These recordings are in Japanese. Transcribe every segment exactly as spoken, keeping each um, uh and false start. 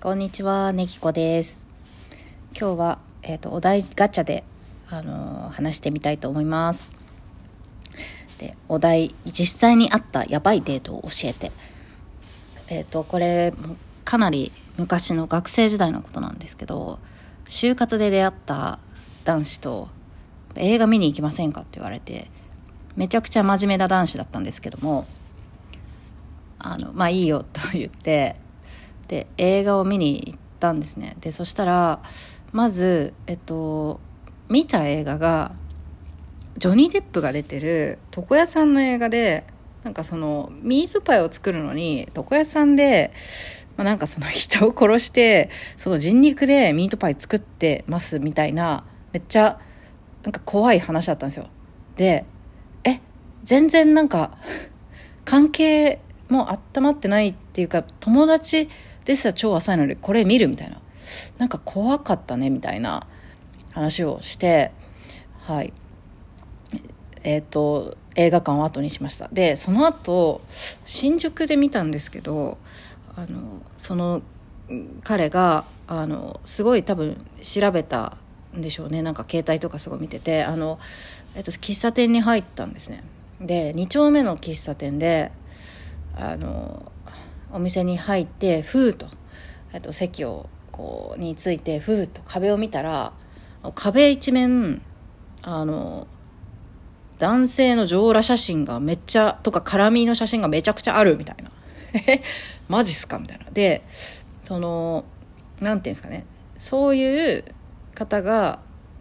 こんにちは、ねぎこです。今日は、えーと、お題ガチャで、あのー、話してみたいと思います。で、お題、実際にあったやばいデートを教えて。えーと、これかなり昔の学生時代のことなんですけど、就活で出会った男子と映画見に行きませんかって言われて、めちゃくちゃ真面目な男子だったんですけども、あのまあいいよと言ってで映画を見に行ったんですね。でそしたらまず、えっと、見た映画がジョニー・デップが出てる床屋さんの映画で、なんかそのミートパイを作るのに床屋さんで、まあ、なんかその人を殺してその人肉でミートパイ作ってますみたいな、めっちゃなんか怖い話だったんですよ。でえ全然なんか関係もう温まってないっていうか、友達ですら超浅いのでこれ見るみたいな、なんか怖かったねみたいな話をして、はいえっと映画館を後にしました。でその後新宿で見たんですけど、あのその彼があのすごい多分調べたんでしょうね。なんか携帯とかすごい見てて、あの、えっと、喫茶店に入ったんですね。でに丁目の喫茶店であのお店に入ってふーっと、えっと、席をこうについてふーっと壁を見たら、壁一面あの男性の上裸写真がめっちゃとか絡みの写真がめちゃくちゃあるみたいなえマジっすかみたいな。でそのなんていうんですかね、そういう方が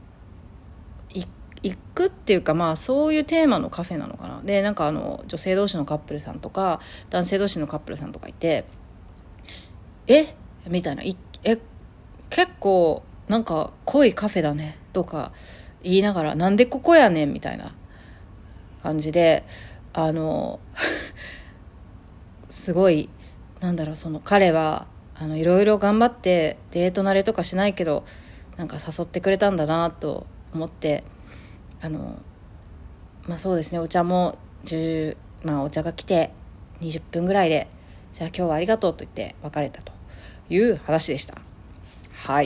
行くっていうか、まあそういうテーマのカフェなのかな。でなんかあの女性同士のカップルさんとか男性同士のカップルさんとかいて、えみたいな、いえ結構なんか濃いカフェだねとか言いながら、なんでここやねんみたいな感じで、あのすごいなんだろう、その彼はあのいろいろ頑張ってデート慣れとかしないけどなんか誘ってくれたんだなと思って、あのまあそうですね、お茶もじゅう、まあ、お茶が来てにじゅっぷんぐらいで、じゃあ今日はありがとうと言って別れたという話でした。はい。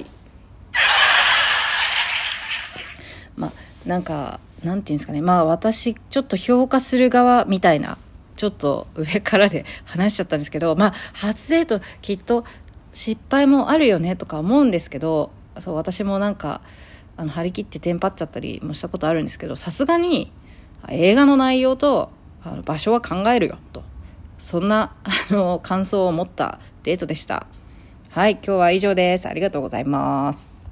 まあなんかなんていうんですかね、まあ私ちょっと評価する側みたいな、ちょっと上からで話しちゃったんですけど、まあ初デートきっと失敗もあるよねとか思うんですけど、そう私もなんかあの張り切ってテンパっちゃったりもしたことあるんですけど、さすがに映画の内容とあの場所は考えるよと、そんなあの感想を持ったデートでした。はい、今日は以上です。ありがとうございます。